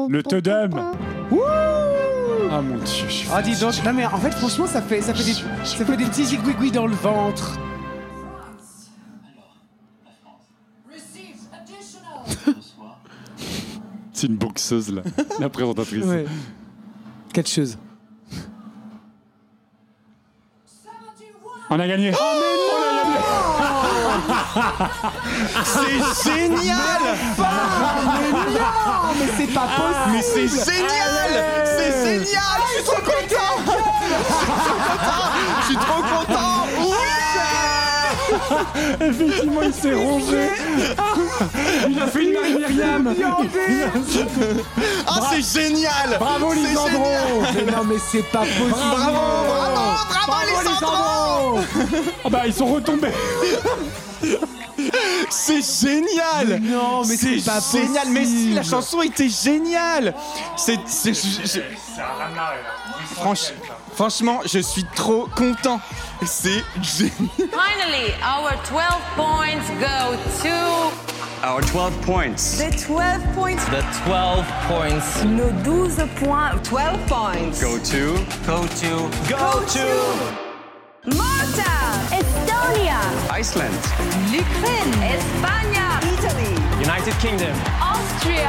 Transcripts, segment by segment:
Le Tedum. Wouh. Ah mon Dieu, je suis Ah dis donc, non mais en fait franchement ça fait des petits zigouigouis dans le ventre. C'est une boxeuse là, la présentatrice. Ouais. Catcheuse. On a gagné. C'est génial. Non, mais c'est pas possible. Mais c'est génial. C'est génial. Je suis trop content. Je suis trop content. Effectivement, il s'est rongé. Il a fait une Marie-Myriam. Ah, c'est génial. Bravo C'est Lisandro. génial. Mais non mais c'est pas possible. Bravo Lisandro. Ah bah ils sont retombés. C'est génial. Non mais c'est pas génial. possible. Mais si, la chanson était géniale. Franchement, je suis trop content. C'est génial. Finally, our 12 points go to... Our 12 points. The 12 points. The 12 points Nos 12 points. 12 points. go to Malta. Estonia, Iceland, L'Ukraine. Espagne, Italy. United Kingdom. Austria,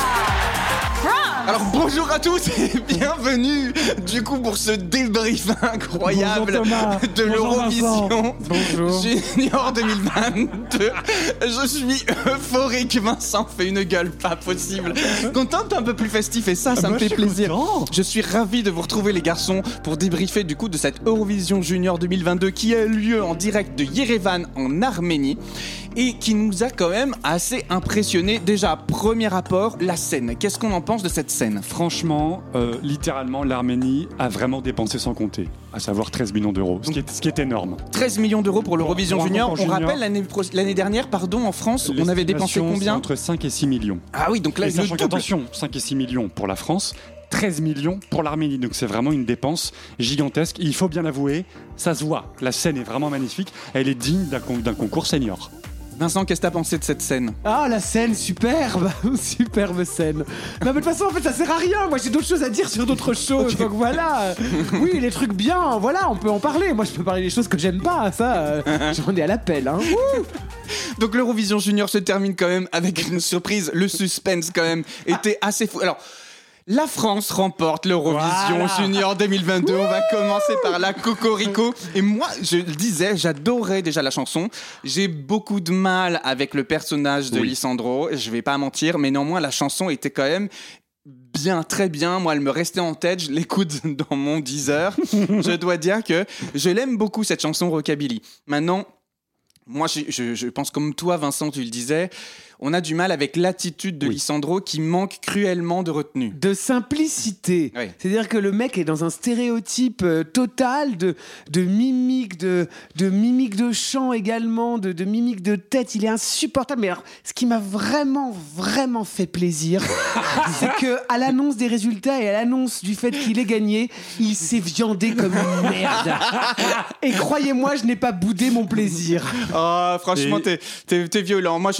France. Alors bonjour à tous et bienvenue du coup pour ce débrief incroyable Bonjour Thomas. de Bonjour l'Eurovision Vincent. Bonjour. Junior 2022. Je suis euphorique, Vincent fait une gueule pas possible. Content, t'es un peu plus festif et ça me fait plaisir. Content. Je suis ravi de vous retrouver les garçons pour débriefer du coup de cette Eurovision Junior 2022 qui a eu lieu en direct de Yerevan en Arménie et qui nous a quand même assez impressionné. Déjà, premier rapport, la scène. Qu'est-ce qu'on en pense de cette scène ? Franchement, littéralement, l'Arménie a vraiment dépensé sans compter, à savoir 13 millions d'euros, ce qui est énorme. 13 millions d'euros pour l'Eurovision Pour un Junior. concours On junior. rappelle l'année dernière, en France, on avait dépensé L'estimation, c'est combien ? entre 5 et 6 millions. Ah oui, donc là, Et le sachant double. qu'attention, 5 et 6 millions pour la France, 13 millions pour l'Arménie. Donc c'est vraiment une dépense gigantesque. Il faut bien l'avouer, ça se voit. La scène est vraiment magnifique. Elle est digne d'un concours senior. Vincent, qu'est-ce que t'as pensé de cette scène ? Ah la scène superbe. Superbe scène. Non mais de toute façon en fait ça sert à rien. Moi j'ai d'autres choses à dire sur d'autres choses. Donc voilà. Oui les trucs bien, voilà on peut en parler. Moi je peux parler des choses que j'aime pas. Ça j'en ai à l'appel hein. Ouh. Donc l'Eurovision Junior se termine quand même avec une surprise. Le suspense quand même était assez fou. Alors, la France remporte l'Eurovision Voilà. Junior 2022. On va commencer par la Cocorico. Et moi, je le disais, j'adorais déjà la chanson. J'ai beaucoup de mal avec le personnage de Oui. Lisandro. Je vais pas mentir, mais néanmoins, la chanson était quand même bien, très bien. Moi, elle me restait en tête. Je l'écoute dans mon Deezer. Je dois dire que je l'aime beaucoup, cette chanson Rockabilly. Maintenant, moi, je pense comme toi, Vincent, tu le disais, on a du mal avec l'attitude de Oui. Lisandro qui manque cruellement de retenue. De simplicité. Oui. C'est-à-dire que le mec est dans un stéréotype total de mimique, de mimique de chant également, de mimique de tête. Il est insupportable. Mais alors, ce qui m'a vraiment, vraiment fait plaisir, c'est que à l'annonce des résultats et à l'annonce du fait qu'il ait gagné, il s'est viandé comme une merde. Et croyez-moi, je n'ai pas boudé mon plaisir. Ah, franchement, Et- t'es violent. Moi,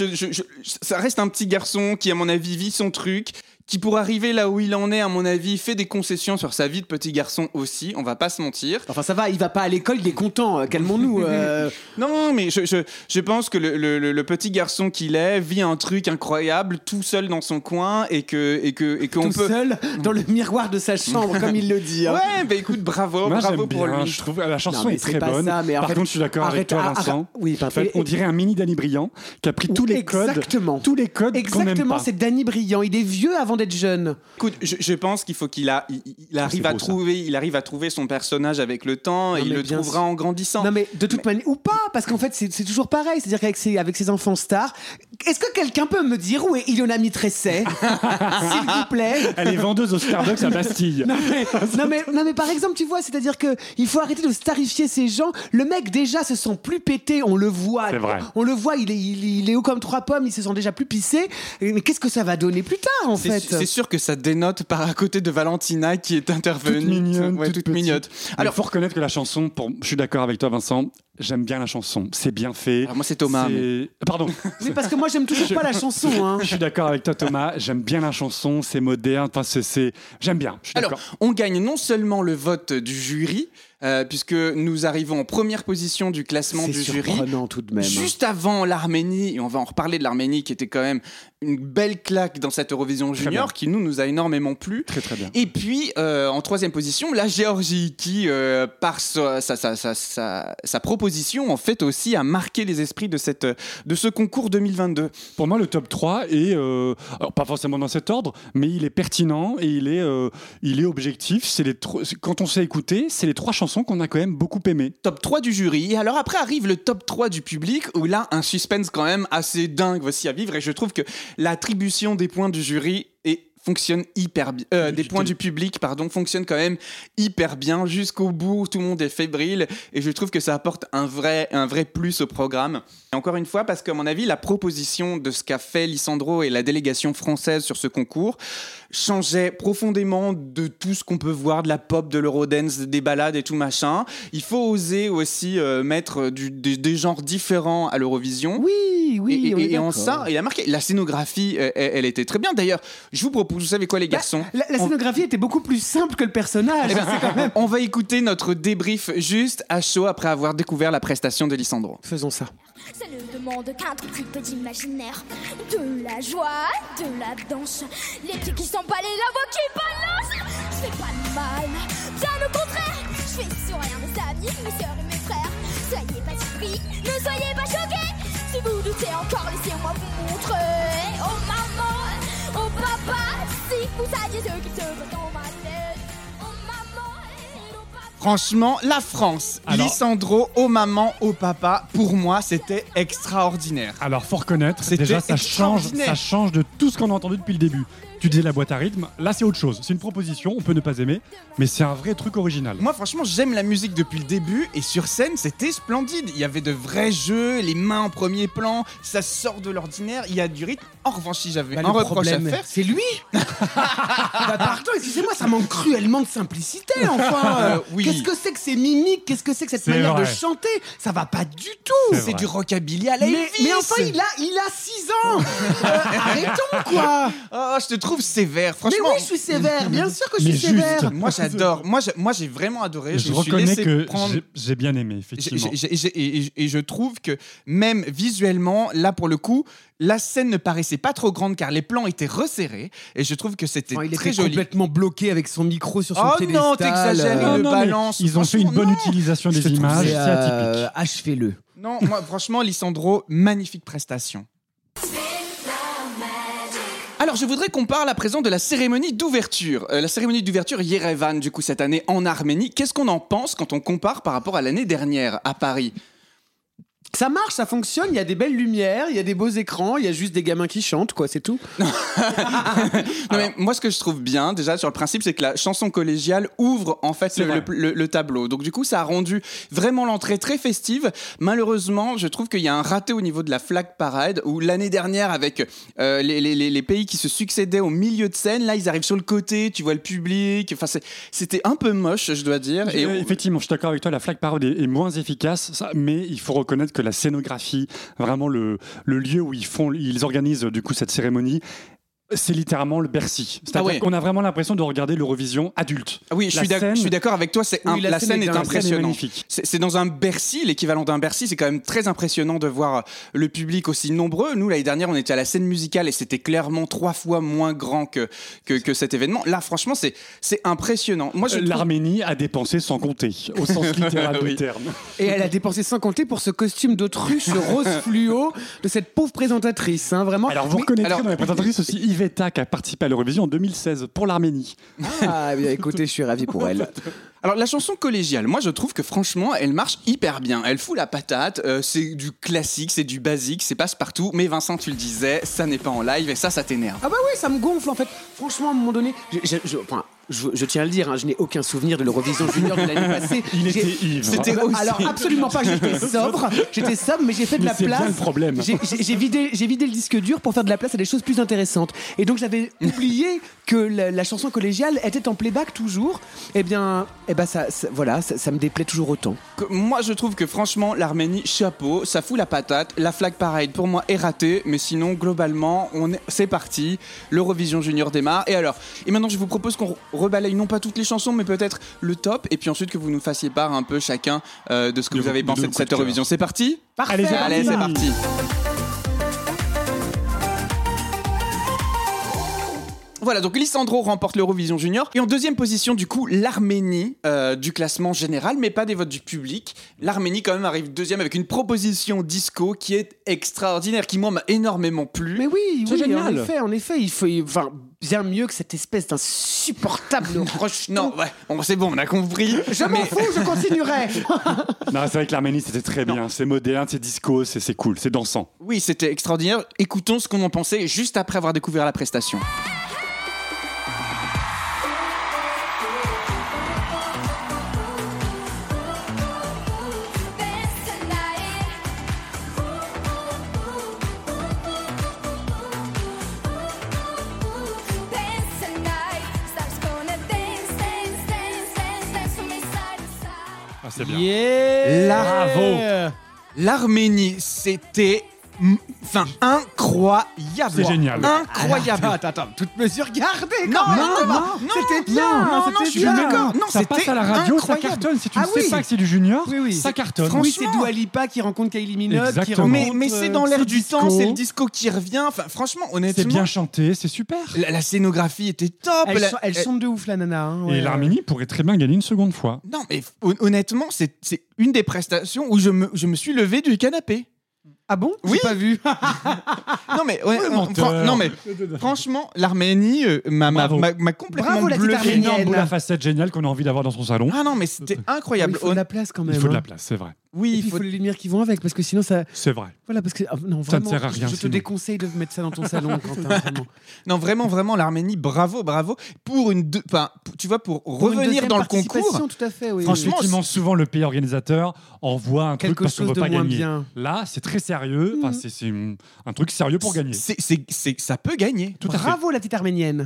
ça reste un petit garçon qui, à mon avis, vit son truc, qui pour arriver là où il en est, à mon avis, fait des concessions sur sa vie de petit garçon aussi. On va pas se mentir. Enfin, ça va, il va pas à l'école, il est content. Calmons-nous. Non, mais je pense que le petit garçon qu'il est vit un truc incroyable tout seul dans son coin et qu'on Tout peut. seul dans le miroir de sa chambre, comme il le dit. hein. Ouais, bah écoute, bravo Moi, pour j'aime bien. lui. Je trouve la chanson Non, mais est très c'est pas bonne. ça, mais en Par fait, contre, je suis d'accord avec toi, Vincent. Oui, En fait, on dirait un mini Danny Briand qui a pris tous les codes. Exactement. Tous les codes qu'on n'aime Exactement, pas. c'est Danny Briand. Il est vieux avant d'être jeune. Écoute, je pense qu'il faut qu'il arrive c'est à beau, ça. trouver son personnage avec le temps et Non, il mais le bien trouvera sûr. en grandissant. Non mais de toute manière, ou pas, parce qu'en fait c'est toujours pareil, c'est-à-dire qu'avec ses enfants stars, est-ce que quelqu'un peut me dire où est Ilona Mitresset, s'il vous plaît? Elle est vendeuse au Starbucks à Bastille. Non mais par exemple tu vois, c'est-à-dire que il faut arrêter de starifier ces gens. Le mec déjà se sent plus pété, on le voit. C'est vrai. On le voit, il est haut comme 3 pommes, il se sent déjà plus pissé. Mais qu'est-ce que ça va donner plus tard en fait? C'est sûr que ça dénote par à côté de Valentina qui est intervenue. Toute mignonne, Ouais, toute petite. mignonne. Alors, faut reconnaître que la chanson, je suis d'accord avec toi, Vincent, j'aime bien la chanson. C'est bien fait. Alors moi, c'est Thomas. Pardon. Oui, parce que moi, j'aime toujours pas la chanson. Hein. Je suis d'accord avec toi, Thomas. J'aime bien la chanson. C'est moderne. Enfin, j'aime bien. Je suis Alors, d'accord. on gagne non seulement le vote du jury, puisque nous arrivons en première position du classement C'est du jury. surprenant tout de même. Juste avant l'Arménie, et on va en reparler de l'Arménie qui était quand même une belle claque dans cette Eurovision Très Junior bien. qui nous a énormément plu. Très très bien. Et puis en troisième position, la Géorgie qui, par sa proposition, en fait aussi a marqué les esprits de ce concours 2022. Pour moi, le top 3 est, alors pas forcément dans cet ordre, mais il est pertinent et il est objectif. Quand on sait écouter, c'est les 3 chansons qu'on a quand même beaucoup aimées. Top 3 du jury. Et alors après arrive le top 3 du public, où là, un suspense quand même assez dingue voici à vivre. Et je trouve que l'attribution des points du jury fonctionne hyper bien. Des points du public, pardon, fonctionne quand même hyper bien jusqu'au bout. Tout le monde est fébrile et je trouve que ça apporte un vrai plus au programme. Et encore une fois, parce qu'à mon avis, la proposition de ce qu'a fait Lisandro et la délégation française sur ce concours changeait profondément de tout ce qu'on peut voir, de la pop, de l'eurodance, des ballades et tout machin. Il faut oser aussi mettre des genres différents à l'Eurovision. Oui, on est Et en d'accord. ça, il a marqué. La scénographie, elle était très bien. D'ailleurs, je vous propose, vous savez quoi, les garçons? La scénographie était beaucoup plus simple que le personnage. Eh ben, on va écouter notre débrief juste à chaud après avoir découvert la prestation de Lisandro. Faisons ça. Ça ne demande qu'un tout petit peu d'imaginaire, de la joie, de la danse, les pieds qui s'emballent et la voix qui balance. Je fais pas de mal, bien au contraire. Je fais sur rien mes amis, mes sœurs et mes frères. Soyez pas surpris, ne soyez pas choqués. Si vous doutez encore, laissez-moi vous montrer. Oh maman, oh papa, si vous saviez ce qui se passe dans ma tête. Oh maman, et oh papa. Franchement, la France, Alors- Lisandro, au maman, au papa, pour moi, c'était extraordinaire. Alors, faut reconnaître, C'était déjà, ça extraordinaire. change de tout ce qu'on a entendu depuis le début. Tu disais la boîte à rythme, là c'est autre chose. C'est une proposition, on peut ne pas aimer, mais c'est un vrai truc original. Moi, franchement, j'aime la musique depuis le début et sur scène, c'était splendide. Il y avait de vrais jeux, les mains en premier plan, ça sort de l'ordinaire, il y a du rythme. En revanche, si j'avais un Le reproche à problème, faire, c'est lui. Bah, pardon, excusez-moi, ça manque cruellement de simplicité, enfin. Oui. Qu'est-ce que c'est que ces mimiques? Qu'est-ce que c'est que cette C'est manière de vrai. chanter? Ça va pas du tout. C'est c'est vrai. du rockabilly à la Mais Elvis. enfin, il a 6 ans. Arrêtons, quoi. Oh, je te trouve sévère, Mais franchement. oui, je suis sévère. Bien sûr que je Mais suis juste. sévère. Moi, j'adore. Moi, j'ai vraiment adoré. Je me suis reconnais laissé que prendre. j'ai bien aimé, effectivement. Et je trouve que même visuellement, là pour le coup, la scène ne paraissait pas trop grande car les plans étaient resserrés et je trouve que c'était Enfin, il très était joli. complètement bloqué avec son micro sur son Oh piédestal. non, t'exagères, il Non, le non, mais balance. ils ont fait une Franchement, bonne non. utilisation des images, c'est atypique. Achevez-le. Non, moi franchement, Lisandro, magnifique prestation. Alors, je voudrais qu'on parle à présent de la cérémonie d'ouverture. La cérémonie d'ouverture Yerevan, du coup, cette année en Arménie. Qu'est-ce qu'on en pense quand on compare par rapport à l'année dernière à Paris? Ça marche, ça fonctionne, il y a des belles lumières, il y a des beaux écrans, il y a juste des gamins qui chantent, quoi, c'est tout. Non, mais moi, ce que je trouve bien, déjà, sur le principe, c'est que la chanson collégiale ouvre, en fait, C'est vrai. le tableau. Donc, du coup, ça a rendu vraiment l'entrée très festive. Malheureusement, je trouve qu'il y a un raté au niveau de la flag parade, où l'année dernière, avec les pays qui se succédaient au milieu de scène, là, ils arrivent sur le côté, tu vois le public. Enfin, c'était un peu moche, je dois dire. Et Effectivement, je suis d'accord avec toi, la flag parade est moins efficace, mais il faut reconnaître que la scénographie, vraiment le lieu où ils organisent du coup cette cérémonie, c'est littéralement le Bercy. C'est-à-dire ouais. qu'on a vraiment l'impression de regarder l'Eurovision adulte. Ah oui, je suis d'accord avec toi. Oui, La scène est La scène est impressionnante. magnifique. C'est dans un Bercy, l'équivalent d'un Bercy. C'est quand même très impressionnant de voir le public aussi nombreux. Nous, l'année dernière, on était à la scène musicale et c'était clairement 3 fois moins grand que cet événement. Là, franchement, c'est impressionnant. Moi, je trouve- L'Arménie a dépensé sans compter, au sens littéral Oui. du terme. Et elle a dépensé sans compter pour ce costume d'autruche rose fluo de cette pauvre présentatrice, hein, vraiment. Alors vous Mais- reconnaîtrez dans les présentatrices aussi Iveta qui a participé à l'Eurovision en 2016 pour l'Arménie. Ah, bien écoutez, je suis ravi pour elle. Alors, la chanson collégiale, moi, je trouve que franchement, elle marche hyper bien. Elle fout la patate. C'est du classique, c'est du basique, c'est passe-partout. Mais Vincent, tu le disais, ça n'est pas en live et ça t'énerve. Ah bah oui, ça me gonfle en fait. Franchement, à un moment donné, enfin, je tiens à le dire, hein, je n'ai aucun souvenir de l'Eurovision Junior de l'année passée. Il était ivre. C'était aussi... Alors absolument pas, j'étais sobre, mais j'ai fait de Mais la c'est place. bien le problème. J'ai vidé le disque dur pour faire de la place à des choses plus intéressantes. Et donc j'avais oublié que la chanson collégiale était en playback toujours. Eh bien ça me déplaît toujours autant. Moi, je trouve que franchement, l'Arménie, chapeau, ça fout la patate. La Flag Parade, pour moi, est ratée. Mais sinon, globalement, c'est parti. L'Eurovision Junior démarre. Et maintenant, je vous propose qu'on rebalaye non pas toutes les chansons, mais peut-être le top. Et puis ensuite, que vous nous fassiez part un peu chacun de ce que vous avez pensé de cette Eurovision. C'est parti ? Parfait. Allez, c'est parti. Voilà, donc Lissandro remporte l'Eurovision Junior. Et en deuxième position, du coup, l'Arménie du classement général, mais pas des votes du public. L'Arménie, quand même, arrive deuxième avec une proposition disco qui est extraordinaire, qui, moi, m'a énormément plu. Mais oui, génial. en effet, il faut bien mieux que cette espèce d'insupportable rejeton. Non, ouais, c'est bon, on a compris. Je m'en fous, je continuerai. Non, c'est vrai que l'Arménie, c'était très bien. C'est moderne, c'est disco, c'est cool, c'est dansant. Oui, c'était extraordinaire. Écoutons ce qu'on en pensait juste après avoir découvert la prestation. Ah, c'est bien. Yeah. Bravo. L'Arménie, c'était... incroyable. C'est génial. Incroyable. Attends, toute mesure gardée. Non, c'était bien. non, c'était je suis bien. d'accord. Non, Ça c'était passe à la radio, ça incroyable. cartonne. Si tu ne Ah sais oui. pas que c'est du junior, Oui. ça cartonne. Oui, c'est Franchement. Dua Lipa qui rencontre Kylie Minogue, qui Exactement. rencontre, Mais c'est dans l'air du disco. temps, c'est le disco qui revient. Enfin, franchement, honnêtement, C'est bien chanté, c'est super. la scénographie était top. Elle chante de ouf, la nana. hein, Et ouais. l'Arménie pourrait très bien gagner une seconde fois. Non, mais honnêtement, c'est une des prestations où je me suis levé du canapé. Ah bon? Oui. J'ai pas vu. Non mais menteur. non mais franchement, l'Arménie m'a Bravo. complètement Bravo, la petite bluffé. Arménienne. Énorme boule à facettes géniale qu'on a envie d'avoir dans son salon. Ah non, mais c'était Il incroyable. faut de la place quand même. Il faut de hein. la place, c'est vrai. Oui, Et puis, il faut les lumières qui vont avec, parce que sinon ça. C'est vrai. Voilà, parce que non, Ça ne vraiment, sert à rien, je te sinon. déconseille de mettre ça dans ton salon, Quentin. Vraiment. vraiment l'Arménie, bravo pour tu vois, pour Pour une revenir deuxième dans le concours. participation, tout à fait. Oui. Franchement, Effectivement, souvent le pays organisateur envoie un truc Quelque parce qu'on chose veut de pas moins gagner. bien. Là, c'est très sérieux. Enfin, c'est un truc sérieux pour gagner. ça peut gagner. Tout à fait. Bravo la petite arménienne.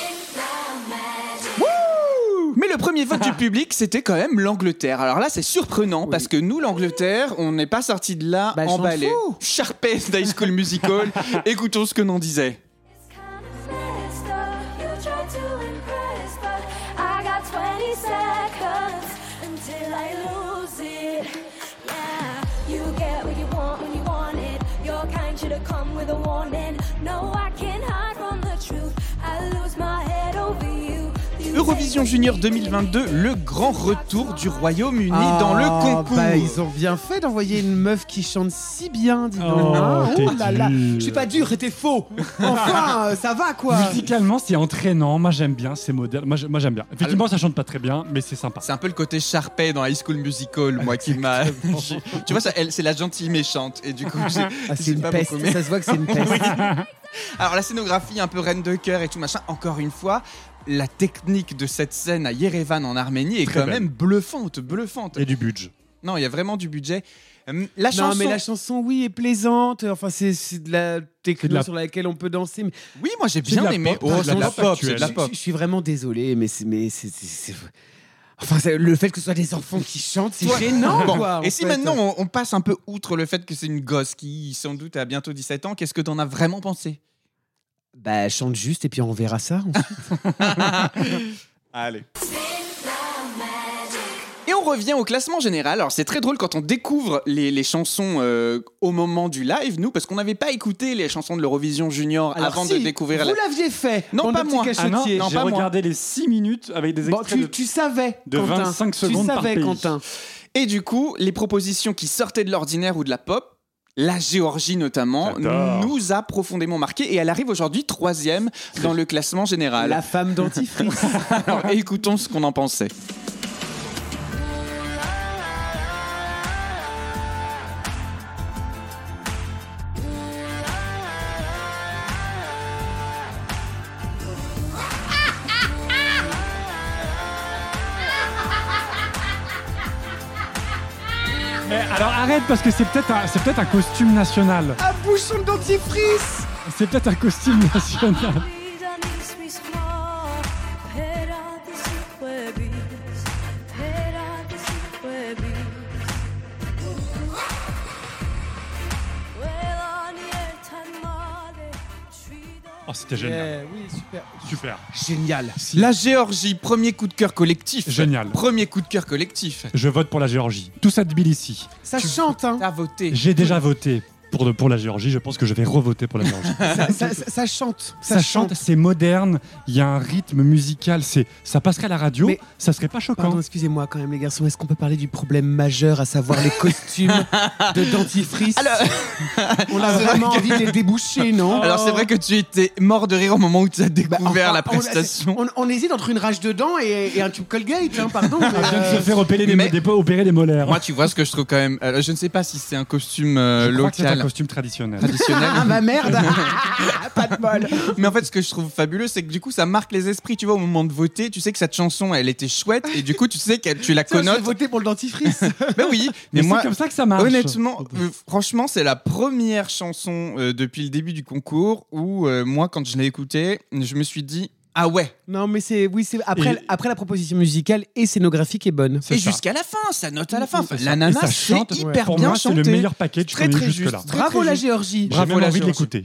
Mais le premier vote du public, c'était quand même l'Angleterre. Alors là, c'est surprenant parce que nous, l'Angleterre, on n'est pas sorti de là Bah, elle chante emballé. faux. Sharpay d'High School Musical. Écoutons ce que l'on disait. Eurovision Junior 2022, le grand retour du Royaume-Uni dans le concours. Bah, ils ont bien fait d'envoyer une meuf qui chante si bien, dis donc. Oh, hein. t'es Oh là là. dur. Je suis pas dur, c'était faux. Enfin, ça va quoi. Musicalement, c'est entraînant. Moi, j'aime bien. C'est moderne. Moi, j'aime bien. Effectivement, ça chante pas très bien, mais c'est sympa. C'est un peu le côté Sharpay dans High School Musical, moi qui m'a. Tu vois, ça, c'est la gentille méchante. Et du coup, j'ai C'est j'ai une pas peste, beaucoup aimé. ça se voit que c'est une peste. Alors, la scénographie, un peu reine de cœur et tout machin, encore une fois. La technique de cette scène à Yerevan en Arménie est Très quand belle. même bluffante. Et du budget. Non, il y a vraiment du budget. La chanson. Non, mais la chanson, oui, est plaisante. Enfin, c'est de la techno de la- sur laquelle on peut danser. Mais Oui, moi j'ai C'est de bien la aimé. pop, Oh, c'est de la pop c'est de la actuelle. pop. je suis vraiment désolé, mais c'est. Enfin, le fait que ce soit des enfants qui chantent, c'est gênant, Bon, quoi. et en si fait. maintenant on passe un peu outre le fait que c'est une gosse qui sans doute a bientôt 17 ans, qu'est-ce que t'en as vraiment pensé? Bah, elle chante juste et puis on verra ça. Allez. Et on revient au classement général. Alors c'est très drôle quand on découvre les chansons au moment du live, nous, parce qu'on n'avait pas écouté les chansons de l'Eurovision Junior Alors, avant si, de découvrir vous l'aviez fait. Non, bande pas de petits moi. cachotiers. non, j'ai pas moi. regardé les 6 minutes avec des Bon, extraits tu savais, de Quentin. 25 secondes Tu par savais, pays. Quentin. Et du coup, les propositions qui sortaient de l'ordinaire ou de la pop, la Géorgie notamment, J'adore. nous a profondément marqué et elle arrive aujourd'hui 3e dans le classement général. La femme dentifrice. Alors écoutons ce qu'on en pensait. alors arrête parce que c'est peut-être un costume national. Un bouchon de dentifrice. C'est peut-être un costume national. Oh, c'était génial. Oui, super. Super. Génial. La Géorgie, premier coup de cœur collectif. Génial. Premier coup de cœur collectif. Je vote pour la Géorgie. Tous à Tbilissi. Ça chante, hein. T'as voté. J'ai déjà voté pour la Géorgie. Je pense que je vais revoter pour la Géorgie. Ça chante. Ça chante, c'est moderne. Il y a un rythme musical. Ça passerait à la radio. Mais- Ça serait pas choquant. Pardon, excusez-moi quand même les garçons, est-ce qu'on peut parler du problème majeur, à savoir les costumes de dentifrice? On a vraiment envie de les déboucher, non? Alors c'est vrai que tu étais mort de rire au moment où tu as découvert Enfin, la prestation. on hésite entre une rage de dents et un tube Colgate, hein, pardon. mais, On vient de se faire opérer mais- opérer des molaires. Moi, tu vois ce que je trouve quand même. Je ne sais pas si c'est un costume Je crois que c'est un local, costume traditionnel. traditionnel. Ah ma merde. Pas de bol. Mais en fait, ce que je trouve fabuleux, c'est que du coup, ça marque les esprits. Tu vois, au moment de voter, tu sais que cette chanson, elle était chouette, et du coup, tu sais que tu la Tiens, je vais connotes. voter pour le dentifrice. Ben oui, Mais moi, c'est comme ça que ça marche. honnêtement, franchement, c'est la première chanson depuis le début du concours où moi, quand je l'ai écoutée, je me suis dit ah ouais. Non mais c'est après, Et- après la proposition musicale et scénographique est bonne. C'est Et ça. jusqu'à la fin, ça note à la fin. C'est ça. La Et nana, ça c'est chante. hyper Pour bien moi, c'est chanté. le meilleur package Très, qu'on ait très jusque juste. là. Très, Bravo très la juste. Géorgie. J'ai Bravo même la envie de Géorgie. l'écouter.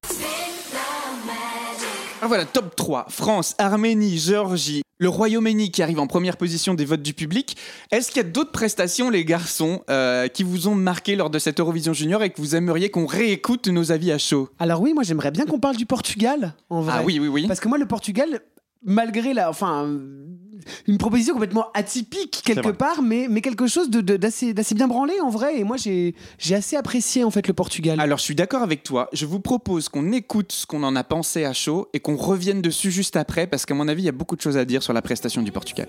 Ah, voilà, top 3. France, Arménie, Géorgie. Le Royaume-Uni qui arrive en première position des votes du public. Est-ce qu'il y a d'autres prestations, les garçons, qui vous ont marqué lors de cette Eurovision Junior et que vous aimeriez qu'on réécoute nos avis à chaud? Alors oui, moi j'aimerais bien qu'on parle du Portugal en vrai. Ah oui, oui, oui. Parce que moi le Portugal, malgré une proposition complètement atypique quelque vrai. part, mais quelque chose d'assez bien branlé en vrai. Et moi j'ai assez apprécié en fait le Portugal. Alors, je suis d'accord avec toi. Je vous propose qu'on écoute ce qu'on en a pensé à chaud et qu'on revienne dessus juste après, parce qu'à mon avis, il y a beaucoup de choses à dire sur la prestation du Portugal.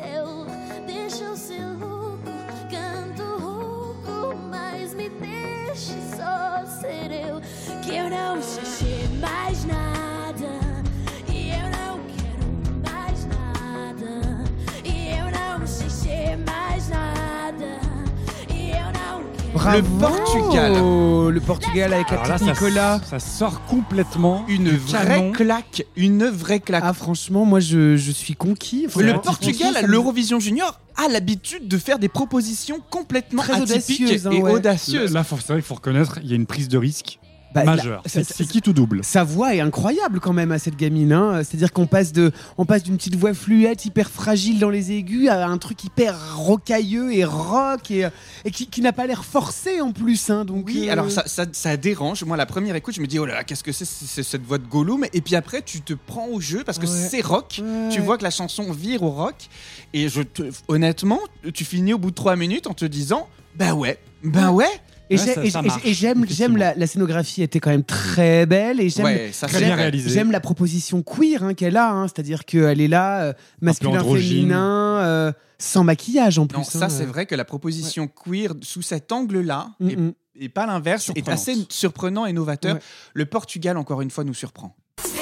Deixa eu ser louco, canto rouco, mas me deixe só ser eu. Que eu não xixi mais nada, e eu não quero mais nada, e eu não xixi mais nada, e eu não quero. Bravo. Le Portugal. Le Portugal avec la Alors là, petite Nicolas. ça sort complètement Une du vraie canon. claque, une vraie claque. Ah franchement, moi je suis conquis. Enfin, Le franchement, Portugal, ça me- l'Eurovision Junior, a l'habitude de faire des propositions complètement Très atypiques audacieuses, hein, et ouais. audacieuses. Là, c'est vrai qu'il faut reconnaître, il y a une prise de risque Bah, majeure. la- C'est qui tout double. Sa voix est incroyable quand même à cette gamine. Hein. C'est-à-dire qu'on passe d'une petite voix fluette, hyper fragile dans les aigus, à un truc hyper rocailleux et rock et qui n'a pas l'air forcé en plus. Hein. Donc, Oui, alors ça dérange. Moi, la première écoute, je me dis, oh là là, qu'est-ce que c'est cette voix de Gollum? Et puis après, tu te prends au jeu parce que Ouais. c'est rock. Ouais. Tu vois que la chanson vire au rock. Et honnêtement, tu finis au bout de 3 minutes en te disant, bah ouais. Et Ouais, ça marche, j'aime effectivement. la scénographie était quand même très belle et j'aime Ouais, ça Très c'est bien vrai. réalisé. j'aime la proposition queer hein, qu'elle a, hein. C'est-à-dire qu'elle est là, masculin, androgyne. féminin, sans maquillage en plus. Non, ça hein. c'est vrai que la proposition queer sous cet angle-là, Mm-mm. et pas l'inverse, est Surprenante. assez surprenant et novateur. Ouais. Le Portugal, encore une fois, nous surprend.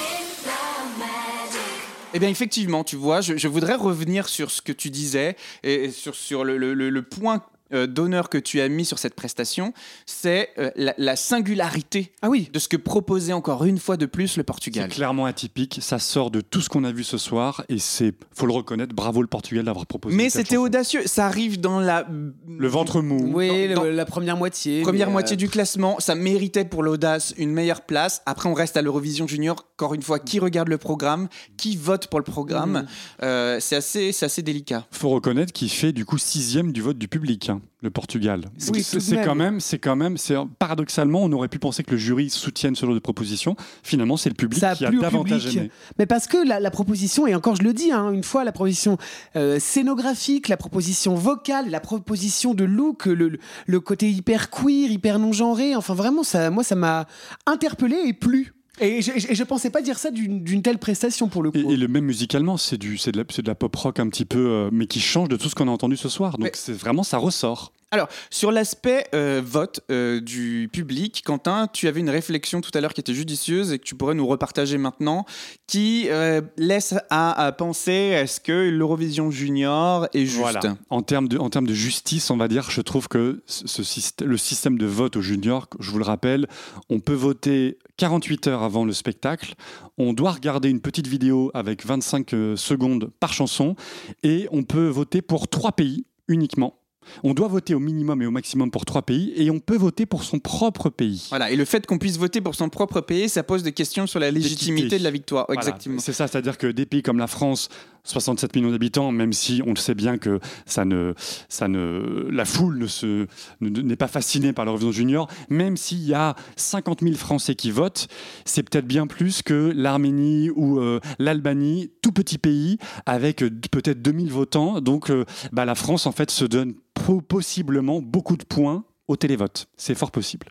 Eh bien, effectivement, tu vois, je voudrais revenir sur ce que tu disais et sur le point d'honneur que tu as mis sur cette prestation, c'est la singularité Ah oui. de ce que proposait encore une fois de plus le C'est Portugal. clairement atypique. Ça sort de tout ce qu'on a vu ce soir et faut le reconnaître. Bravo le Portugal d'avoir proposé. Mais cette c'était chanson. audacieux. Ça arrive dans la Le ventre mou. Oui, Dans- la première moitié. première mais, moitié du classement. Ça méritait pour l'audace une meilleure place. Après, on reste à l'Eurovision Junior. Encore une fois, qui regarde le programme, qui vote pour le programme, c'est assez délicat. Faut reconnaître qu'il fait du coup 6e du vote du public, hein, le Portugal. Oui, c'est tout de quand même, paradoxalement, on aurait pu penser que le jury soutienne ce genre de proposition. Finalement, c'est le public Ça a qui a plu au davantage public. aimé. Mais parce que la proposition, et encore je le dis, hein, une fois, la proposition scénographique, la proposition vocale, la proposition de look, le côté hyper queer, hyper non-genré, enfin vraiment, ça m'a interpellé et plu. Et je pensais pas dire ça d'une telle prestation pour le coup. Et le même musicalement, c'est de la pop rock un petit peu, mais qui change de tout ce qu'on a entendu ce soir. Donc Mais- c'est vraiment, ça ressort. Alors, sur l'aspect vote du public, Quentin, tu avais une réflexion tout à l'heure qui était judicieuse et que tu pourrais nous repartager maintenant, qui laisse à penser, est-ce que l'Eurovision Junior est juste ? Voilà. En termes de justice, on va dire, je trouve que le système de vote au junior, je vous le rappelle, on peut voter 48 heures avant le spectacle, on doit regarder une petite vidéo avec 25 secondes par chanson et on peut voter pour 3 pays uniquement. On doit voter au minimum et au maximum pour 3 pays et on peut voter pour son propre pays. Voilà, et le fait qu'on puisse voter pour son propre pays, ça pose des questions sur la légitimité de la victoire. Voilà, exactement. c'est ça, c'est-à-dire que des pays comme la France, 67 millions d'habitants, même si on le sait bien que la foule n'est pas fascinée par l'Eurovision Junior, même s'il y a 50 000 Français qui votent, c'est peut-être bien plus que l'Arménie ou l'Albanie, tout petit pays, avec peut-être 2000 votants. Donc la France, en fait, se donne possiblement beaucoup de points au télévote. C'est fort possible.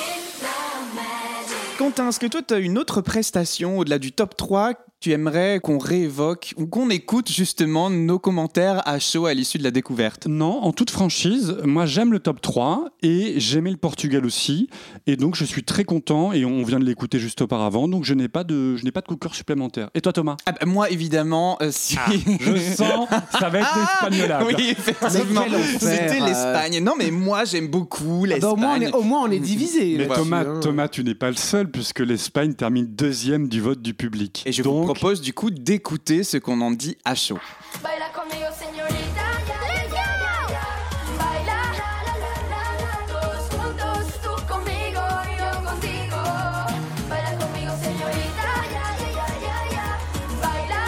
Quentin, est-ce que toi, tu as une autre prestation au-delà du top 3 que tu aimerais qu'on réévoque ou qu'on écoute justement nos commentaires à chaud à l'issue de la découverte ? Non, en toute franchise, moi j'aime le top 3 et j'aimais le Portugal aussi. Et donc je suis très content et on vient de l'écouter juste auparavant. Donc je n'ai pas de coup de cœur supplémentaire. Et toi Thomas ? Moi évidemment, si... Je sens, ça va être l'espagnolade. Oui, effectivement. Mais quel enfer, C'était l'Espagne. Non mais moi j'aime beaucoup l'Espagne. Au moins on est divisé. Mais Thomas, tu n'es pas le seul puisque l'Espagne termine 2e du vote du public. Et je vous propose du coup d'écouter ce qu'on en dit à chaud. Baila conmigo, señorita. Let's go! Baila, todos juntos, tú conmigo, yo contigo. Baila conmigo, señorita. Baila,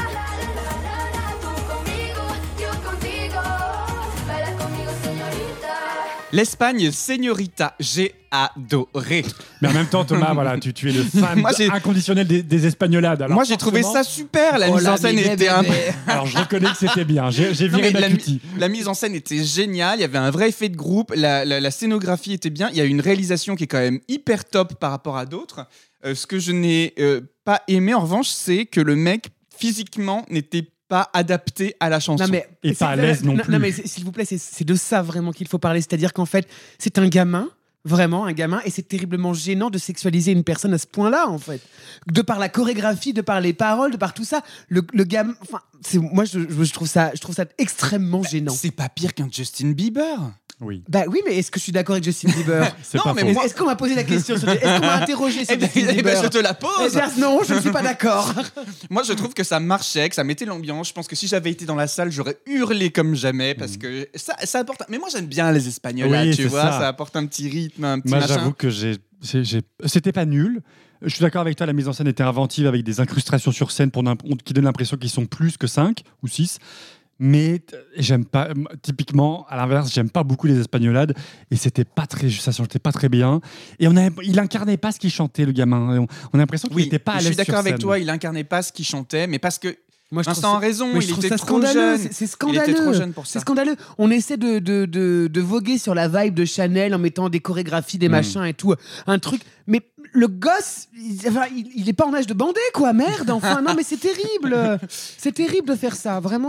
tú conmigo, yo contigo. Baila conmigo, señorita. L'Espagne, señorita, j'ai adoré. Mais en même temps, Thomas, voilà, tu es le fan inconditionnel des Espagnolades. Alors moi, j'ai trouvé ça super. La mise en scène était Alors, je reconnais que c'était bien. J'ai viré ma cutie. La mise en scène était géniale. Il y avait un vrai effet de groupe. La scénographie était bien. Il y a une réalisation qui est quand même hyper top par rapport à d'autres. Ce que je n'ai pas aimé, en revanche, c'est que le mec, physiquement, n'était pas adapté à la chanson. Et pas à l'aise non plus. Non, mais s'il vous plaît, c'est de ça vraiment qu'il faut parler. C'est-à-dire qu'en fait, c'est un gamin. Vraiment, un gamin, et c'est terriblement gênant de sexualiser une personne à ce point-là, en fait. De par la chorégraphie, de par les paroles, de par tout ça, le gamin. Enfin, moi, je trouve ça extrêmement gênant. C'est pas pire qu'un Justin Bieber. Oui. Bah oui, mais est-ce que je suis d'accord avec Justin Bieber ? Non, mais moi... Est-ce qu'on m'a posé la question Est-ce qu'on m'a interrogé sur Justin Bieber ? Je te la pose. Non, je ne suis pas d'accord. Moi, je trouve que ça marchait, que ça mettait l'ambiance. Je pense que si j'avais été dans la salle, j'aurais hurlé comme jamais parce que ça apporte. Mais moi, j'aime bien les Espagnols, oui, tu vois, ça apporte un petit rythme, un petit Moi, machin. j'avoue que c'était pas nul. Je suis d'accord avec toi, la mise en scène était inventive avec des incrustations sur scène qui donnent l'impression qu'ils sont plus que 5 ou 6. Mais j'aime pas, typiquement, à l'inverse, j'aime pas beaucoup les Espagnolades et ça chantait pas très bien. Et il incarnait pas ce qu'il chantait, le gamin. On a l'impression qu'il était pas à l'aise. Je suis d'accord sur avec scène. toi, il incarnait pas ce qu'il chantait, mais parce que Moi, Vincent a raison, il était trop jeune. C'est scandaleux. Il était trop jeune pour ça. C'est scandaleux. On essaie de voguer sur la vibe de Chanel en mettant des chorégraphies, des machins et tout. Un truc. Mais le gosse, il est pas en âge de bander, quoi. Merde, enfin. Non, mais c'est terrible. C'est terrible de faire ça. Vraiment,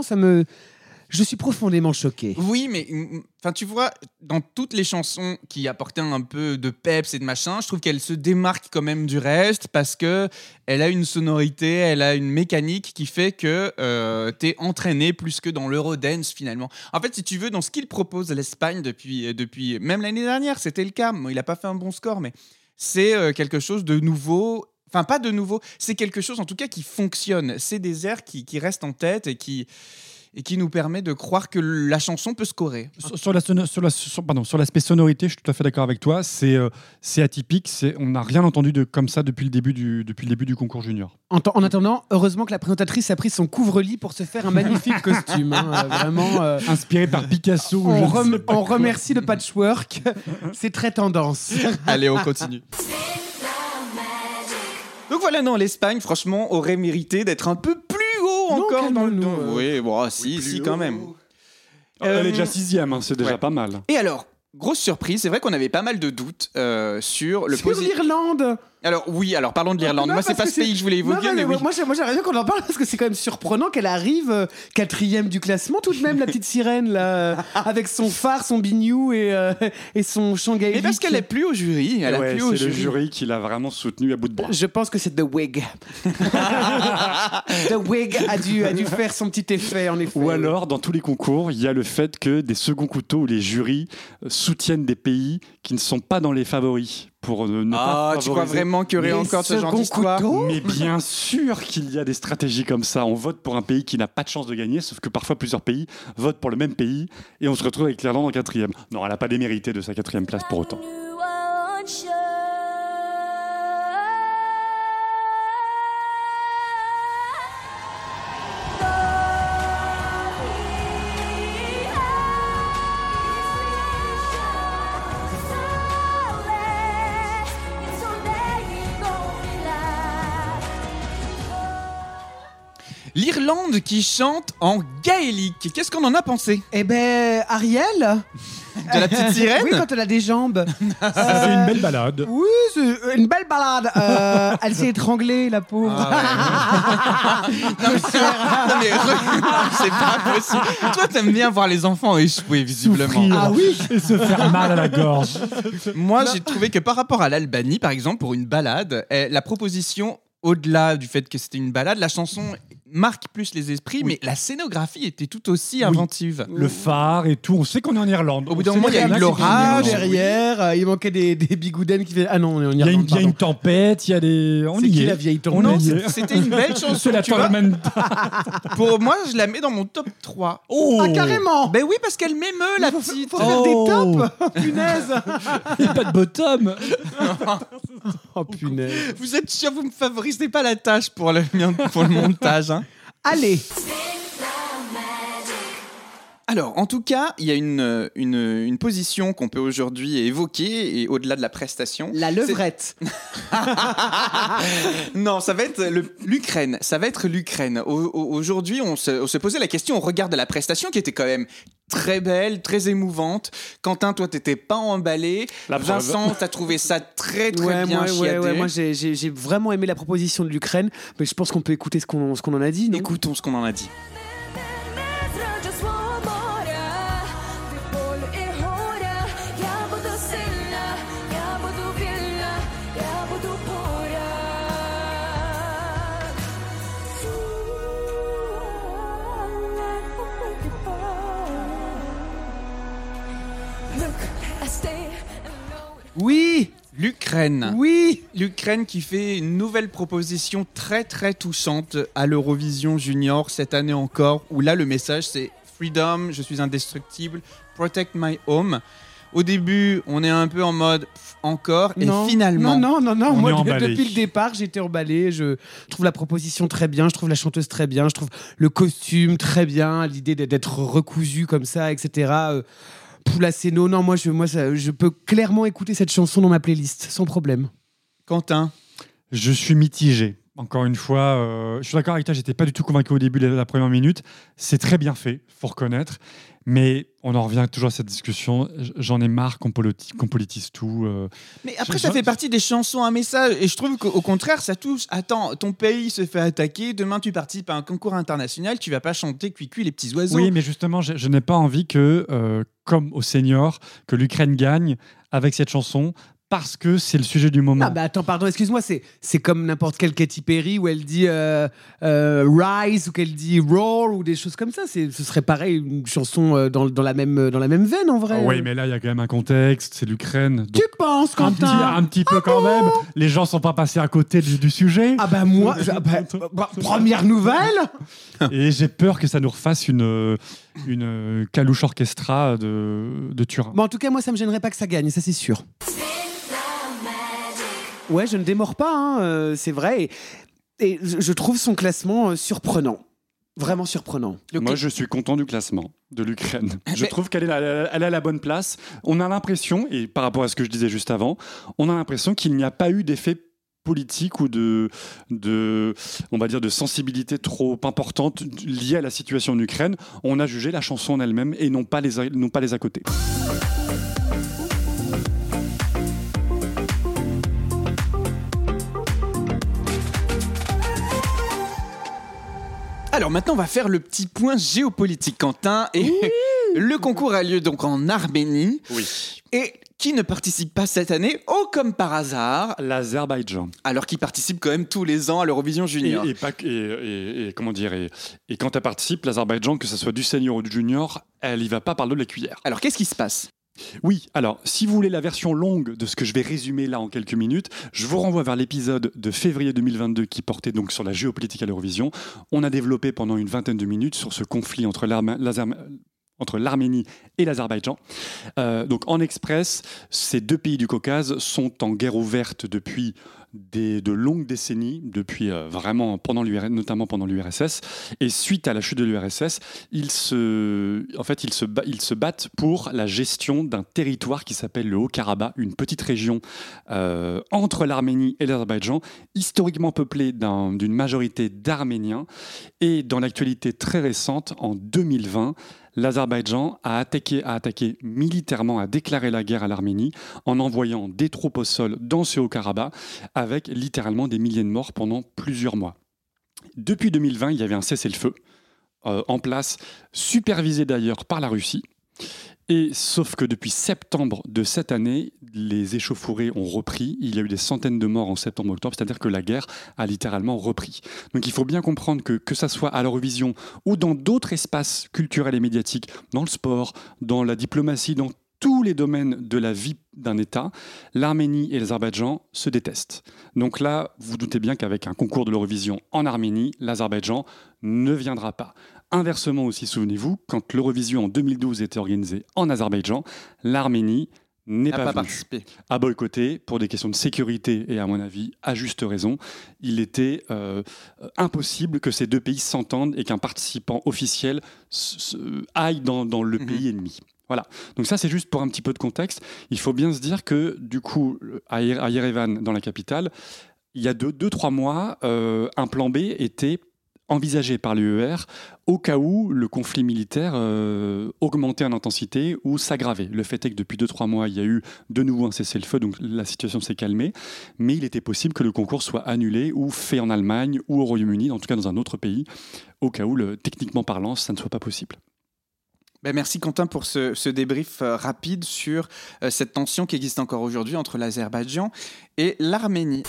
je suis profondément choqué. Oui, mais tu vois, dans toutes les chansons qui apportaient un peu de peps et de machin, je trouve qu'elle se démarque quand même du reste parce que elle a une sonorité, elle a une mécanique qui fait que t'es entraîné plus que dans l'Eurodance finalement. En fait, si tu veux, dans ce qu'il propose à l'Espagne depuis même l'année dernière, c'était le cas. Bon, il a pas fait un bon score, mais c'est quelque chose de nouveau. Enfin, pas de nouveau, c'est quelque chose en tout cas qui fonctionne. C'est des airs qui restent en tête et qui nous permet de croire que la chanson peut scorer. Sur l'aspect sonorité, je suis tout à fait d'accord avec toi. C'est atypique. On n'a rien entendu comme ça depuis le début du concours junior. En attendant, heureusement que la présentatrice a pris son couvre-lit pour se faire un magnifique costume. Vraiment. Inspiré par Picasso. On remercie le patchwork. C'est très tendance. Allez, on continue. Donc voilà, non, l'Espagne, franchement, aurait mérité d'être un peu plus haut encore dans le dos. Oui, bon, si, quand même. Elle est déjà 6e, c'est déjà pas mal. Et alors, grosse surprise, c'est vrai qu'on avait pas mal de doutes sur le Sur l'Irlande. Alors parlons de l'Irlande. Non, Moi, c'est parce pas que ce pays que je voulais évoquer, mais oui. Moi, j'aimerais bien qu'on en parle parce que c'est quand même surprenant qu'elle arrive 4e du classement, tout de même, la petite sirène, là, avec son phare, son bignou et son chant gaélique. Mais parce qu'elle est plus au jury. Elle a Ouais, plus au c'est le jury. jury qui l'a vraiment soutenu à bout de bras. Je pense que c'est The Wig. The Wig a dû faire son petit effet, en effet. Ou alors, dans tous les concours, il y a le fait que des seconds couteaux où les jurys soutiennent des pays qui ne sont pas dans les favoris pour ne pas Tu crois favoriser. vraiment qu'il y aurait Les encore ce genre seconds d'histoire? couteaux Mais bien sûr qu'il y a des stratégies comme ça. On vote pour un pays qui n'a pas de chance de gagner, sauf que parfois plusieurs pays votent pour le même pays et on se retrouve avec l'Irlande en 4e. Non, elle n'a pas démérité de sa 4e place pour autant. L'Irlande qui chante en gaélique. Qu'est-ce qu'on en a pensé? Eh ben, Ariel De la petite sirène? Oui, quand elle a des jambes. C'est une belle balade. Oui, c'est une belle balade. Elle s'est étranglée, la pauvre. Non, mais c'est pas possible. Toi, t'aimes bien voir les enfants échouer, visiblement. Souffrir Ah oui. et se faire mal à la gorge. Moi, j'ai trouvé que par rapport à l'Albanie, par exemple, pour une balade, la proposition, au-delà du fait que c'était une balade, la chanson marque plus les esprits, mais la scénographie était tout aussi inventive. Le phare et tout. On sait qu'on est en Irlande. Au bout d'un On sait moment, il y a bien eu que c'est l'orage. en Irlande. Derrière, il manquait des bigoudens qui faisaient. Ah non, on est en Il y a Irlande. il y a une tempête, il y a des. On C'est y qui est. la vieille On tourmente? y est. C'était une belle chanson. C'est la tu vois. tormenta. Pour moi, je la mets dans mon top 3. Oh. Ah, carrément. Ben oui, parce qu'elle m'émeut, la petite. Faut faire des tops. Punaise. Il n'y a pas de bottom. Oh, punaise. Vous êtes sûr, vous me favorisez pas la tâche pour le montage, hein? Allez. Alors, en tout cas, il y a une position qu'on peut aujourd'hui évoquer, et au-delà de la prestation. La levrette. Non, ça va être l'Ukraine. Ça va être l'Ukraine. Aujourd'hui, on se posait la question, on regarde la prestation qui était quand même très belle, très émouvante. Quentin, toi, t'étais pas emballé. La preuve. Vincent, t'as trouvé ça très bien chiadé. Ouais, moi j'ai vraiment aimé la proposition de l'Ukraine, mais je pense qu'on peut écouter ce qu'on en a dit, non? Écoutons ce qu'on en a dit. Oui. L'Ukraine. Oui. L'Ukraine qui fait une nouvelle proposition très très touchante à l'Eurovision Junior cette année encore, où là le message c'est Freedom, je suis indestructible, Protect my home. Au début, on est un peu en mode encore, et finalement... Non. On Moi, est emballé. depuis le départ, j'étais emballé. Je trouve la proposition très bien, je trouve la chanteuse très bien, je trouve le costume très bien, l'idée d'être recousu comme ça, etc. Poulaceno, non, moi, je peux clairement écouter cette chanson dans ma playlist, sans problème. Quentin. Je suis mitigé. Encore une fois, je suis d'accord avec toi, j'étais pas du tout convaincu au début de la première minute. C'est très bien fait, faut reconnaître. Mais on en revient toujours à cette discussion. J'en ai marre qu'on politise tout. Mais après, ça fait partie des chansons à message. Et je trouve qu'au contraire, ça touche. Attends, ton pays se fait attaquer. Demain, tu participes à un concours international. Tu vas pas chanter Cuicui les petits oiseaux. Oui, mais justement, je n'ai pas envie que, comme au senior, que l'Ukraine gagne avec cette chanson. Parce que c'est le sujet du moment. Ah bah attends, pardon, excuse-moi, c'est comme n'importe quelle Katy Perry où elle dit Rise ou qu'elle dit Roar ou des choses comme ça. Ce serait pareil, une chanson dans la même veine en vrai. Ah oui, mais là, il y a quand même un contexte, c'est l'Ukraine. Tu penses, Quentin? Un petit peu quand même. Les gens sont pas passés à côté du sujet. Ah bah moi, première nouvelle. Et j'ai peur que ça nous refasse une calouche orchestra de Turin. Mais en tout cas, moi, ça me gênerait pas que ça gagne, ça c'est sûr. Ouais, je ne démords pas, hein, c'est vrai. Et je trouve son classement surprenant. Vraiment surprenant. Moi, je suis content du classement de l'Ukraine. Je trouve qu'elle est à la bonne place. On a l'impression, et par rapport à ce que je disais juste avant, on a l'impression qu'il n'y a pas eu d'effet politique ou on va dire de sensibilité trop importante liée à la situation en Ukraine. On a jugé la chanson en elle-même et non pas les à côté. Alors maintenant, on va faire le petit point géopolitique, Quentin. Et le concours a lieu donc en Arménie. Oui. Et qui ne participe pas cette année, oh comme par hasard, L'Azerbaïdjan. alors qu'il participe quand même tous les ans à l'Eurovision Junior. Et comment dire, et quand elle participe, l'Azerbaïdjan, que ce soit du senior ou du junior, elle y va pas par l'eau de la cuillère. Alors qu'est-ce qui se passe ? Oui, alors, si vous voulez la version longue de ce que je vais résumer là en quelques minutes, je vous renvoie vers l'épisode de février 2022 qui portait donc sur la géopolitique à l'Eurovision. On a développé pendant une vingtaine de minutes sur ce conflit entre l'Arménie et l'Azerbaïdjan. Donc en express, ces deux pays du Caucase sont en guerre ouverte depuis de longues décennies, depuis vraiment notamment pendant l'URSS. Et suite à la chute de l'URSS, ils se battent pour la gestion d'un territoire qui s'appelle le Haut-Karabakh, une petite région entre l'Arménie et l'Azerbaïdjan, historiquement peuplée d'une majorité d'Arméniens. Et dans l'actualité très récente, en 2020, l'Azerbaïdjan a attaqué militairement, a déclaré la guerre à l'Arménie en envoyant des troupes au sol dans ce Haut-Karabakh avec littéralement des milliers de morts pendant plusieurs mois. Depuis 2020, il y avait un cessez-le-feu en place, supervisé d'ailleurs par la Russie. Et sauf que depuis septembre de cette année, les échauffourées ont repris. Il y a eu des centaines de morts en septembre-octobre, c'est-à-dire que la guerre a littéralement repris. Donc il faut bien comprendre que ça soit à l'Eurovision ou dans d'autres espaces culturels et médiatiques, dans le sport, dans la diplomatie, dans tous les domaines de la vie d'un État, l'Arménie et l'Azerbaïdjan se détestent. Donc là, vous doutez bien qu'avec un concours de l'Eurovision en Arménie, l'Azerbaïdjan ne viendra pas. Inversement aussi, souvenez-vous, quand l'Eurovision en 2012 était organisée en Azerbaïdjan, l'Arménie n'est pas venue, participé. a boycotté pour des questions de sécurité et à mon avis, à juste raison. Il était impossible que ces deux pays s'entendent et qu'un participant officiel aille dans le pays ennemi. Voilà, donc ça c'est juste pour un petit peu de contexte. Il faut bien se dire que du coup, à Yerevan, dans la capitale, il y a 2-3 mois, un plan B était envisagé par l'UER au cas où le conflit militaire augmentait en intensité ou s'aggravait. Le fait est que depuis 2-3 mois, il y a eu de nouveau un cessez-le-feu, donc la situation s'est calmée, mais il était possible que le concours soit annulé ou fait en Allemagne ou au Royaume-Uni, en tout cas dans un autre pays, au cas où, techniquement parlant, ça ne soit pas possible. Ben merci Quentin pour ce débrief rapide sur cette tension qui existe encore aujourd'hui entre l'Azerbaïdjan et l'Arménie.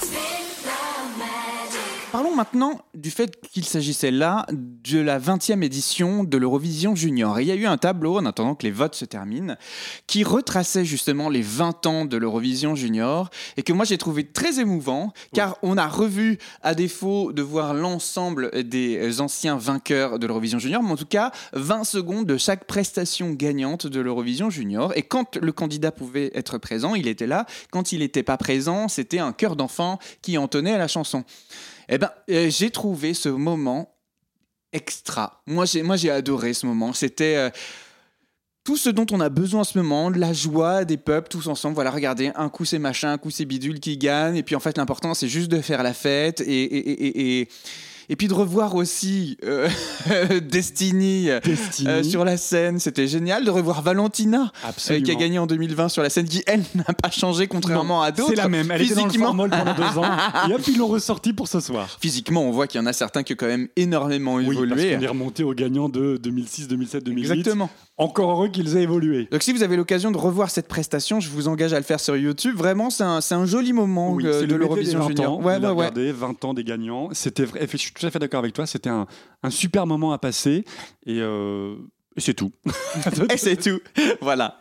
Parlons maintenant du fait qu'il s'agissait là de la 20e édition de l'Eurovision Junior. Et il y a eu un tableau, en attendant que les votes se terminent, qui retraçait justement les 20 ans de l'Eurovision Junior et que moi j'ai trouvé très émouvant, car on a revu, à défaut de voir l'ensemble des anciens vainqueurs de l'Eurovision Junior, mais en tout cas 20 secondes de chaque prestation gagnante de l'Eurovision Junior. Et quand le candidat pouvait être présent, il était là. Quand il n'était pas présent, c'était un chœur d'enfant qui entonnait la chanson. Eh ben, j'ai trouvé ce moment extra. Moi, j'ai adoré ce moment. C'était tout ce dont on a besoin en ce moment, de la joie des peuples, tous ensemble. Voilà, regardez, un coup c'est machin, un coup c'est bidule qui gagne. Et puis en fait, l'important, c'est juste de faire la fête et puis de revoir aussi Destiny sur la scène, c'était génial. De revoir Valentina, qui a gagné en 2020 sur la scène, qui elle n'a pas changé contrairement à d'autres. C'est la même, elle était dans le formol pendant 2 ans, et hop, ils l'ont ressorti pour ce soir. Physiquement, on voit qu'il y en a certains qui ont quand même énormément évolué. Parce qu'on est remonté aux gagnants de 2006, 2007, 2008. Exactement. Encore heureux qu'ils aient évolué. Donc si vous avez l'occasion de revoir cette prestation, je vous engage à le faire sur YouTube. Vraiment, c'est un joli moment de l'Eurovision Junior. Regardez, 20 ans des gagnants. C'était vrai, je suis tout à fait d'accord avec toi. C'était un super moment à passer. Et c'est tout. Et c'est tout. Voilà.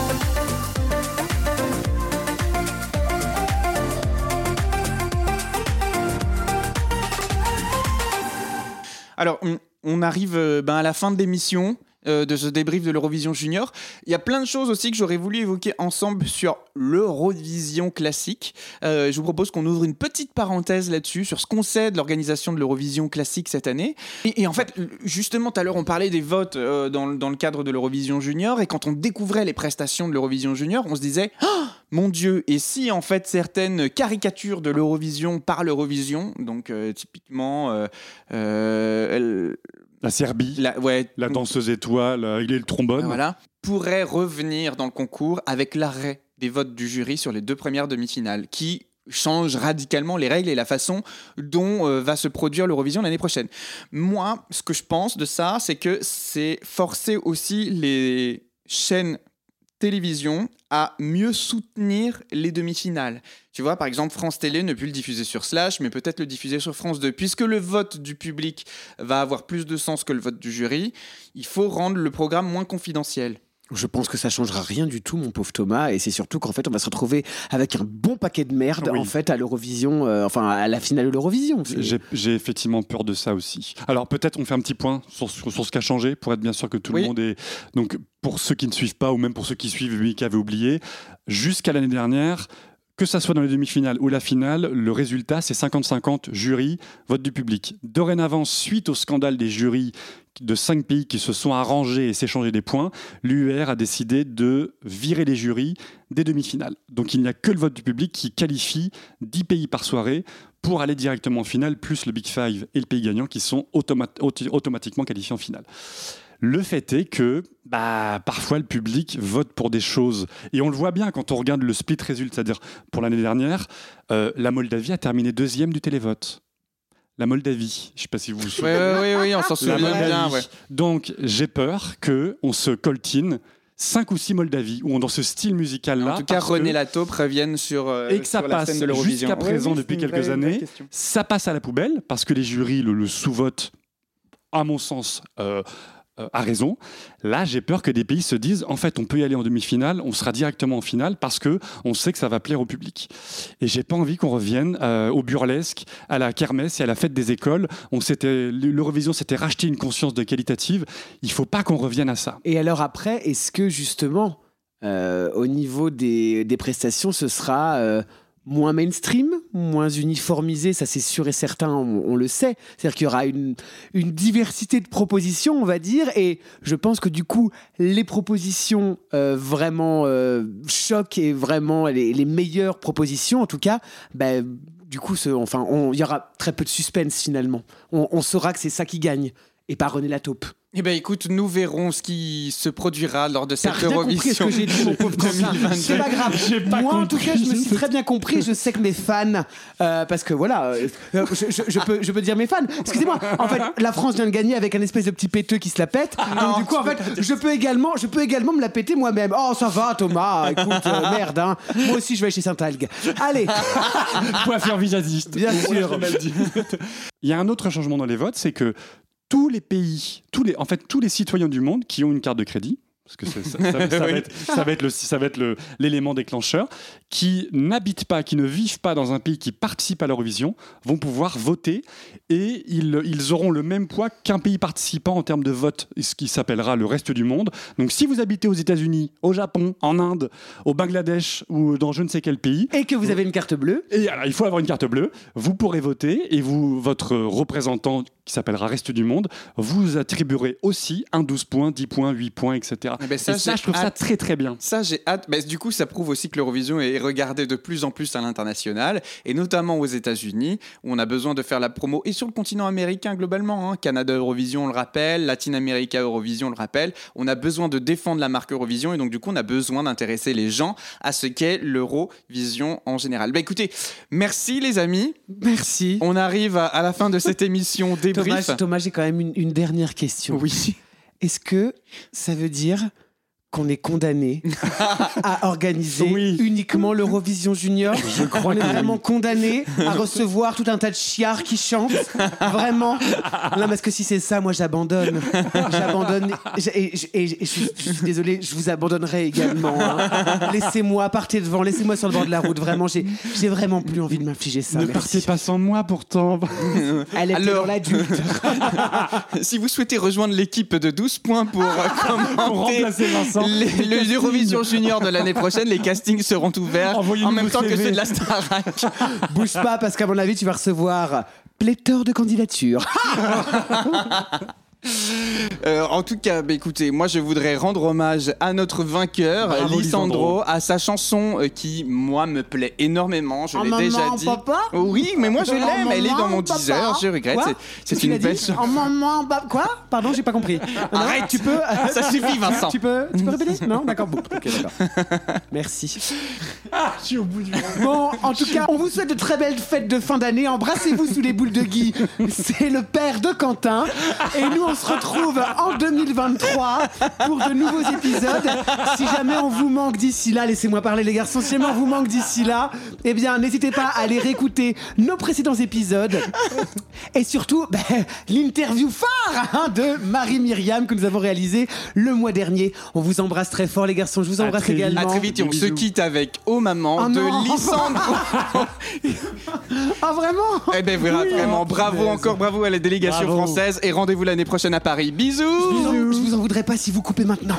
Alors, on arrive à la fin de l'émission. De ce débrief de l'Eurovision Junior. Il y a plein de choses aussi que j'aurais voulu évoquer ensemble sur l'Eurovision classique. Je vous propose qu'on ouvre une petite parenthèse là-dessus, sur ce qu'on sait de l'organisation de l'Eurovision classique cette année. Et en fait, justement, tout à l'heure, on parlait des votes dans le cadre de l'Eurovision Junior, et quand on découvrait les prestations de l'Eurovision Junior, on se disait oh, « Mon Dieu !» Et si, en fait, certaines caricatures de l'Eurovision par l'Eurovision, donc typiquement... la Serbie, la danseuse étoile, il est le trombone. Voilà, pourrait revenir dans le concours avec l'arrêt des votes du jury sur les 2 premières demi-finales, qui change radicalement les règles et la façon dont va se produire l'Eurovision l'année prochaine. Moi, ce que je pense de ça, c'est que c'est forcer aussi les chaînes télévision à mieux soutenir les demi-finales. Tu vois, par exemple, France Télé ne peut le diffuser sur Slash, mais peut-être le diffuser sur France 2. Puisque le vote du public va avoir plus de sens que le vote du jury, il faut rendre le programme moins confidentiel. Je pense que ça changera rien du tout, mon pauvre Thomas, et c'est surtout qu'en fait, on va se retrouver avec un bon paquet de merde en fait à l'Eurovision, à la finale de l'Eurovision. J'ai effectivement peur de ça aussi. Alors peut-être on fait un petit point sur ce qui a changé pour être bien sûr que tout le monde est. Donc pour ceux qui ne suivent pas ou même pour ceux qui suivent, lui qui avait oublié, jusqu'à l'année dernière. Que ça soit dans les demi-finales ou la finale, le résultat, c'est 50-50 jury, vote du public. Dorénavant, suite au scandale des jurys de 5 pays qui se sont arrangés et s'échangeaient des points, l'UER a décidé de virer les jurys des demi-finales. Donc il n'y a que le vote du public qui qualifie 10 pays par soirée pour aller directement en finale, plus le Big Five et le pays gagnant qui sont automatiquement qualifiés en finale. Le fait est que parfois le public vote pour des choses. Et on le voit bien quand on regarde le split result, c'est-à-dire pour l'année dernière, la Moldavie a terminé 2e du télévote. La Moldavie, je ne sais pas si vous vous souvenez. Oui, on s'en souvient bien. Ouais. Donc j'ai peur qu'on se coltine 5 ou 6 Moldavies, ou dans ce style musical-là. En tout cas, René Lataupe revienne sur et que ça sur la passe scène de l'Eurovision. Jusqu'à présent, depuis quelques années, ça passe à la poubelle, parce que les jurys le sous-votent, à mon sens, a raison. Là, j'ai peur que des pays se disent en fait, on peut y aller en demi-finale, on sera directement en finale parce que on sait que ça va plaire au public. Et j'ai pas envie qu'on revienne au burlesque, à la kermesse et à la fête des écoles. L'Eurovision s'était racheté une conscience de qualitative. Il faut pas qu'on revienne à ça. Et alors après, est-ce que justement, au niveau des prestations, ce sera moins mainstream, moins uniformisé, ça c'est sûr et certain, on le sait. C'est-à-dire qu'il y aura une diversité de propositions, on va dire, et je pense que du coup, les propositions vraiment choc et vraiment les meilleures propositions, en tout cas, du coup, il y aura très peu de suspense finalement. On saura que c'est ça qui gagne, et pas René Lataupe. Eh bien, écoute, nous verrons ce qui se produira lors de cette T'as rien compris ce que j'ai dit, mon pauvre Quentin. C'est pas grave. Moi, en tout cas, je me suis très bien compris. Je sais que mes fans, parce que voilà, je peux dire mes fans. Excusez-moi. En fait, la France vient de gagner avec un espèce de petit péteux qui se la pète. Donc du coup, en fait, je peux également me la péter moi-même. Oh, ça va, Thomas. Écoute, merde. Hein. Moi aussi, je vais aller chez Saint-Algue. Allez. Coiffeur visagiste. Bien sûr. Il y a un autre changement dans les votes, c'est que tous les pays, tous les citoyens du monde qui ont une carte de crédit, parce que ça va être l'élément déclencheur, qui n'habitent pas, qui ne vivent pas dans un pays qui participe à l'Eurovision, vont pouvoir voter et ils auront le même poids qu'un pays participant en termes de vote, ce qui s'appellera le reste du monde. Donc si vous habitez aux États-Unis, au Japon, en Inde, au Bangladesh ou dans je ne sais quel pays, et que vous avez une carte bleue, et alors, il faut avoir une carte bleue, vous pourrez voter et votre représentant qui s'appellera Reste du Monde, vous attribuerez aussi un 12 points, 10 points, 8 points, etc. Et ça, je trouve ça très très bien. Ça, j'ai hâte. Du coup, ça prouve aussi que l'Eurovision est regardée de plus en plus à l'international, et notamment aux États-Unis, où on a besoin de faire la promo, et sur le continent américain globalement. Canada Eurovision, on le rappelle, Latin America Eurovision, on le rappelle. On a besoin de défendre la marque Eurovision, et donc du coup, on a besoin d'intéresser les gens à ce qu'est l'Eurovision en général. Écoutez, merci les amis. Merci. On arrive à la fin de cette émission débrief. Thomas, j'ai quand même une dernière question. Oui. Est-ce que ça veut dire qu'on est condamné à organiser uniquement l'Eurovision Junior? Je crois qu'on est vraiment condamné à recevoir tout un tas de chiards qui chantent. Vraiment. Non, parce que si c'est ça, moi j'abandonne. Et je suis désolé, je vous abandonnerai également. Hein. Laissez-moi, partez devant, laissez-moi sur le bord de la route. Vraiment, j'ai vraiment plus envie de m'infliger ça. Ne merci. partez pas sans moi pourtant. Elle était dans l'adulte. Si vous souhaitez rejoindre l'équipe de 12 points pour remplacer Vincent, l'Eurovision Junior de l'année prochaine, les castings seront ouverts en même temps que ceux de la Starac. Bouge pas, parce qu'à mon avis, tu vas recevoir pléthore de candidatures. En tout cas, écoutez, moi je voudrais rendre hommage à notre vainqueur, Bravo, Lisandro, à sa chanson qui, moi, me plaît énormément. Je l'ai maman, déjà dit. papa Oui, mais moi je En l'aime. Elle est dans mon maman, papa. Deezer. Je regrette. Quoi C'est Qu'est-ce qu'il a une dit belle chanson. En maman, quoi Pardon, j'ai pas compris. Non, Arrête. tu peux. Ça suffit, Vincent. Tu peux répéter Non, d'accord. Bon, ok, d'accord. Merci. Je suis au bout du monde. Bon, en tout cas, on vous souhaite de très belles fêtes de fin d'année. Embrassez-vous sous les boules de Guy. C'est le père de Quentin. Et nous, on se retrouve en 2023 pour de nouveaux épisodes. Si jamais on vous manque d'ici là, laissez-moi parler les garçons, si jamais on vous manque d'ici là, eh bien, n'hésitez pas à aller réécouter nos précédents épisodes. Et surtout, l'interview phare de Marie-Myriam que nous avons réalisée le mois dernier. On vous embrasse très fort les garçons, je vous embrasse très vite. également. À très vite, et on se quitte avec Oh Maman Oh de non. Lisandro. Ah vraiment Eh ben voilà, vraiment, bravo encore, bravo à la délégation Bravo. française et rendez-vous l'année prochaine à Paris. Bisous. Je vous en voudrais pas si vous coupez maintenant.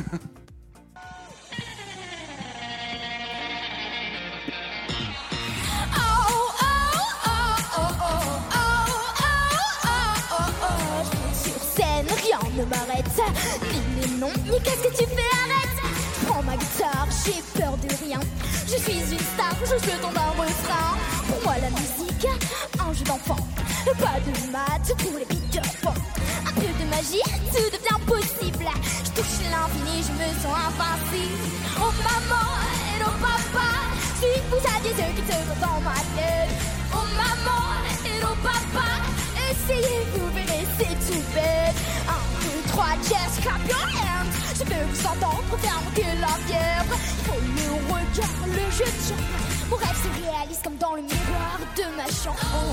Sur scène, rien ne m'arrête. Ni les noms, ni qu'est-ce que tu fais, arrête. Je prends ma guitare, j'ai peur de rien. Je suis une star, je suis ton d'un refrain. Pour moi, la musique, un jeu d'enfant. Pas de maths pour les Peter Pan. Un peu de magie, tout devient possible. Je touche l'infini, je me sens invincible. Oh maman et oh papa, si vous saviez ce qui se passe dans ma tête. Oh maman et oh papa, essayez, vous verrez, c'est tout bête. 1, 2, 3, just clap your hands. Je veux vous entendre faire monter la fièvre. Oh le regard, le jeu de champ. Mon rêve se réalise comme dans le miroir de ma chambre.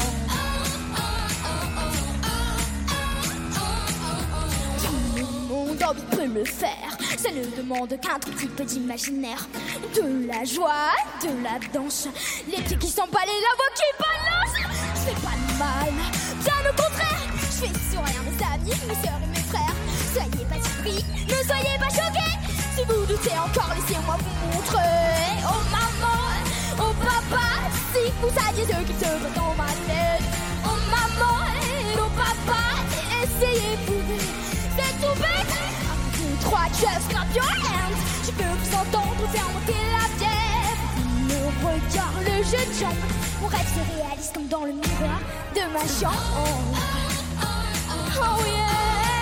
Tout le monde peut le faire. Ça ne demande qu'un tout petit peu d'imaginaire. De la joie, de la danse. Les pieds qui s'emballent et la voix qui balance. C'est pas mal, bien au contraire. Je fais sourire mes amis, mes sœurs et mes frères. Soyez pas surpris, ne soyez pas choqués. Si vous doutez encore, laissez-moi vous montrer. Oh maman, oh papa, si vous saviez ce qui se passe dans ma tête. Oh maman et oh papa, essayez, vous verrez, c'est tout bête. 1, 2, 3, just clap your hands. Je peux vous entendre faire monter la fièvre. Le regard, le jeu de jambes. Mon rêve se réalise comme dans le miroir de ma chambre. Oh yeah.